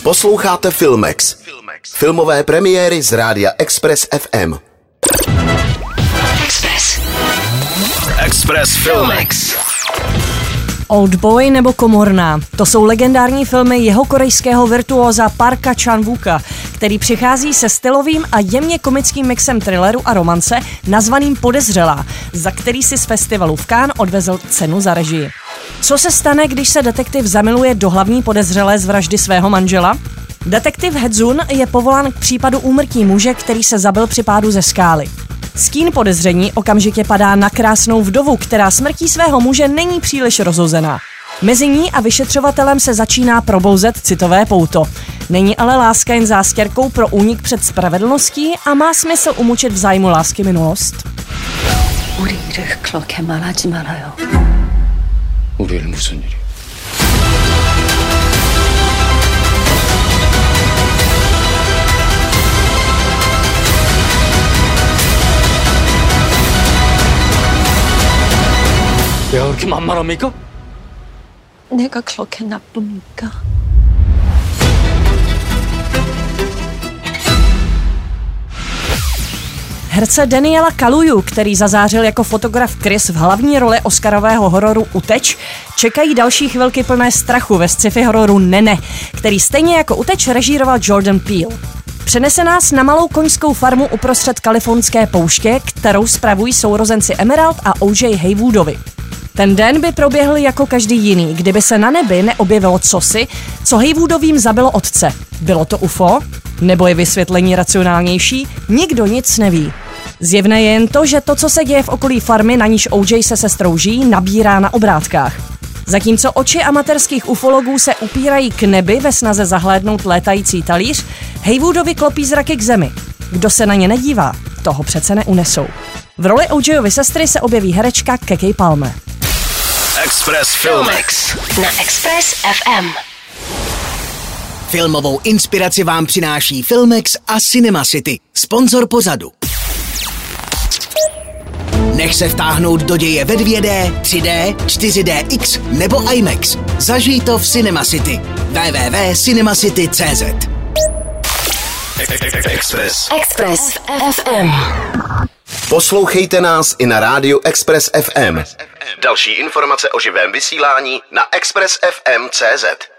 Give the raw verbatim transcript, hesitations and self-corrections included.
Posloucháte Filmex. Filmové premiéry z rádia Express F M. Express. Express Filmex. Oldboy nebo Komorná, to jsou legendární filmy jihokorejského virtuóza Parka Chan-wooka, který přichází se stylovým a jemně komickým mixem thrilleru a romance nazvaným Podezřelá, za který si z festivalu v Cannes odvezl cenu za režii. Co se stane, když se detektiv zamiluje do hlavní podezřelé z vraždy svého manžela? Detektiv Hedzun je povolán k případu úmrtí muže, který se zabil při pádu ze skály. Stín podezření okamžitě padá na krásnou vdovu, která smrtí svého muže není příliš rozhozená. Mezi ní a vyšetřovatelem se začíná probouzet citové pouto. Není ale láska jen zástěrkou pro únik před spravedlností a má smysl umučit v zájmu lásky minulost. 우리를 그렇게 말하지 말아요. 우리를 무슨 일이? 내가 그렇게 만만합니까? 내가 그렇게 나쁩니까? Herce Daniela Kaluuyu, který zazářil jako fotograf Chris v hlavní roli oscarového hororu Uteč, čekají další chvilky plné strachu ve sci-fi hororu Nene, který stejně jako Uteč režíroval Jordan Peele. Přenese nás na malou koňskou farmu uprostřed kalifornské pouště, kterou spravují sourozenci Emerald a O J Haywoodovi. Ten den by proběhl jako každý jiný, kdyby se na nebi neobjevilo cosi, co Haywoodovým zabilo otce. Bylo to U F O? Nebo je vysvětlení racionálnější? Nikdo nic neví. Zjevné je jen to, že to, co se děje v okolí farmy, na níž O J se sestrou žijí, nabírá na obrátkách. Zatímco oči amatérských ufologů se upírají k nebi ve snaze zahlédnout létající talíř, Haywoodovi klopí zraky k zemi. Kdo se na ně nedívá, toho přece neunesou. V roli O Jovy sestry se objeví herečka Keke Palmer. Express Filmex na Express F M. Filmovou inspiraci vám přináší Filmex a Cinema City, sponzor pořadu. Nech se vtáhnout do děje ve dvě dé, tři dé, čtyři dé X nebo IMAX. Zažij to v Cinema City. w w w tečka cinemacity tečka c z. Express. Express F M. Poslouchejte nás i na rádiu Express F M. Další informace o živém vysílání na express f m tečka c z.